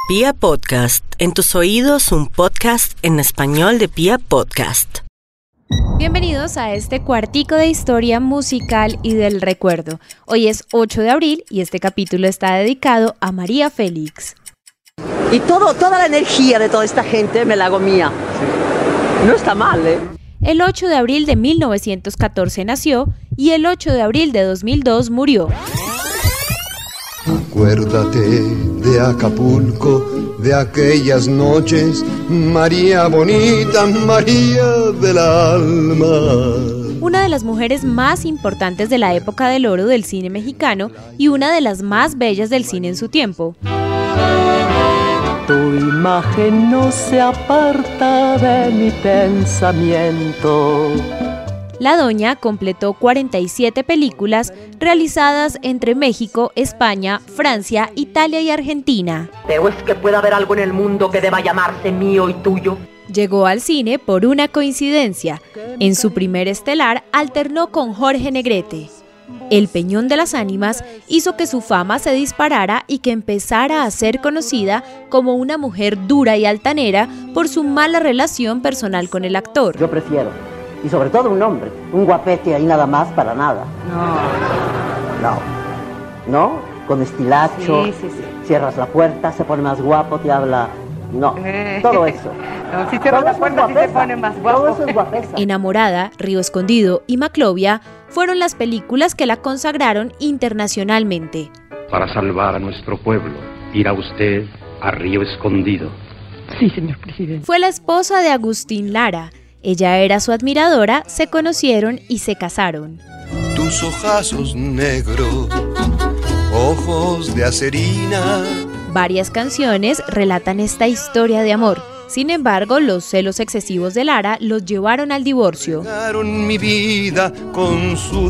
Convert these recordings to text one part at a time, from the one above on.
Pia Podcast, en tus oídos un podcast en español de Pia Podcast. Bienvenidos a este cuartico de historia musical y del recuerdo. Hoy es 8 de abril y este capítulo está dedicado a María Félix. Y toda la energía de toda esta gente me la hago mía. No está mal, ¿eh? El 8 de abril de 1914 nació y el 8 de abril de 2002 murió. Acuérdate de Acapulco, de aquellas noches, María bonita, María del alma. Una de las mujeres más importantes de la época del oro del cine mexicano y una de las más bellas del cine en su tiempo. Tu imagen no se aparta de mi pensamiento. La doña completó 47 películas realizadas entre México, España, Francia, Italia y Argentina. Pero es que puede haber algo en el mundo que deba llamarse mío y tuyo. Llegó al cine por una coincidencia. En su primer estelar alternó con Jorge Negrete. El Peñón de las Ánimas hizo que su fama se disparara y que empezara a ser conocida como una mujer dura y altanera por su mala relación personal con el actor. Yo prefiero, y sobre todo un hombre, un guapete ahí nada más para nada. No, con estilacho, sí. Cierras la puerta, se pone más guapo, te habla. No, todo eso. No, si cierras la puerta, sí se pone más guapo. Todo eso es guapesa. Enamorada, Río Escondido y Maclovia fueron las películas que la consagraron internacionalmente. Para salvar a nuestro pueblo, irá usted a Río Escondido. Sí, señor presidente. Fue la esposa de Agustín Lara. Ella era su admiradora, se conocieron y se casaron. Tus ojazos negros, ojos de acerina. Varias canciones relatan esta historia de amor. Sin embargo, los celos excesivos de Lara los llevaron al divorcio. Llegaron mi vida con su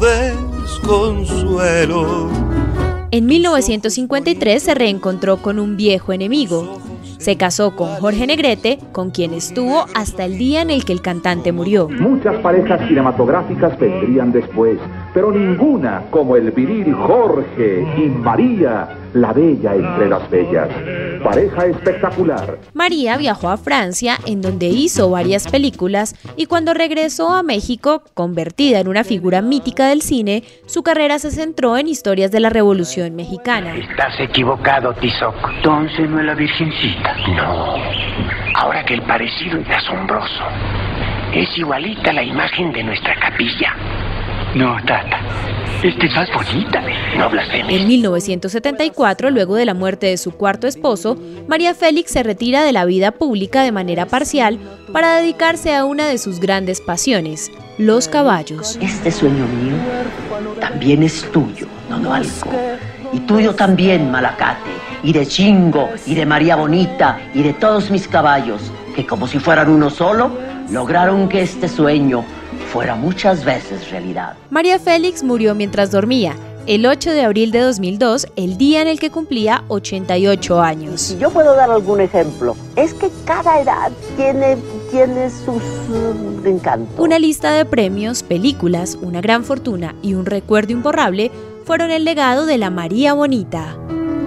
desconsuelo. En 1953 se reencontró con un viejo enemigo. Se casó con Jorge Negrete, con quien estuvo hasta el día en el que el cantante murió. Muchas parejas cinematográficas vendrían después, pero ninguna como el viril Jorge y María, la bella entre las bellas. Pareja espectacular. María viajó a Francia, en donde hizo varias películas, y cuando regresó a México, convertida en una figura mítica del cine, su carrera se centró en historias de la Revolución Mexicana. Estás equivocado, Tizoc. Entonces no es la Virgencita. No. Ahora que el parecido es asombroso. Es igualita a la imagen de nuestra capilla. No, Tata. Esta es más bonita. No blasfemes. En 1974, luego de la muerte de su cuarto esposo, María Félix se retira de la vida pública de manera parcial para dedicarse a una de sus grandes pasiones, los caballos. Este sueño mío también es tuyo, Nonoalco. Y tuyo también, Malacate. Y de Chingo, y de María Bonita, y de todos mis caballos, que como si fueran uno solo, lograron que este sueño fuera muchas veces realidad. María Félix murió mientras dormía, el 8 de abril de 2002, el día en el que cumplía 88 años. Si yo puedo dar algún ejemplo, es que cada edad tiene sus encantos. Una lista de premios, películas, una gran fortuna y un recuerdo imborrable fueron el legado de la María Bonita.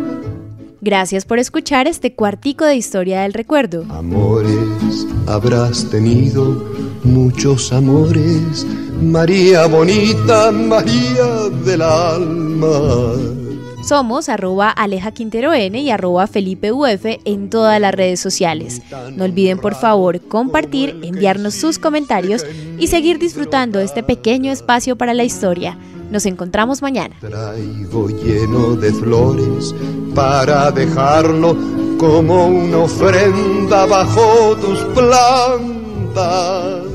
Gracias por escuchar este cuartico de historia del recuerdo. Amores habrás tenido, muchos amores, María bonita, María del alma. Somos @AlejaQuinteroN y @FelipeUF en todas las redes sociales. No olviden por favor compartir, enviarnos sus comentarios y seguir disfrutando este pequeño espacio para la historia. Nos encontramos mañana. Traigo lleno de flores para dejarlo como una ofrenda bajo tus plantas.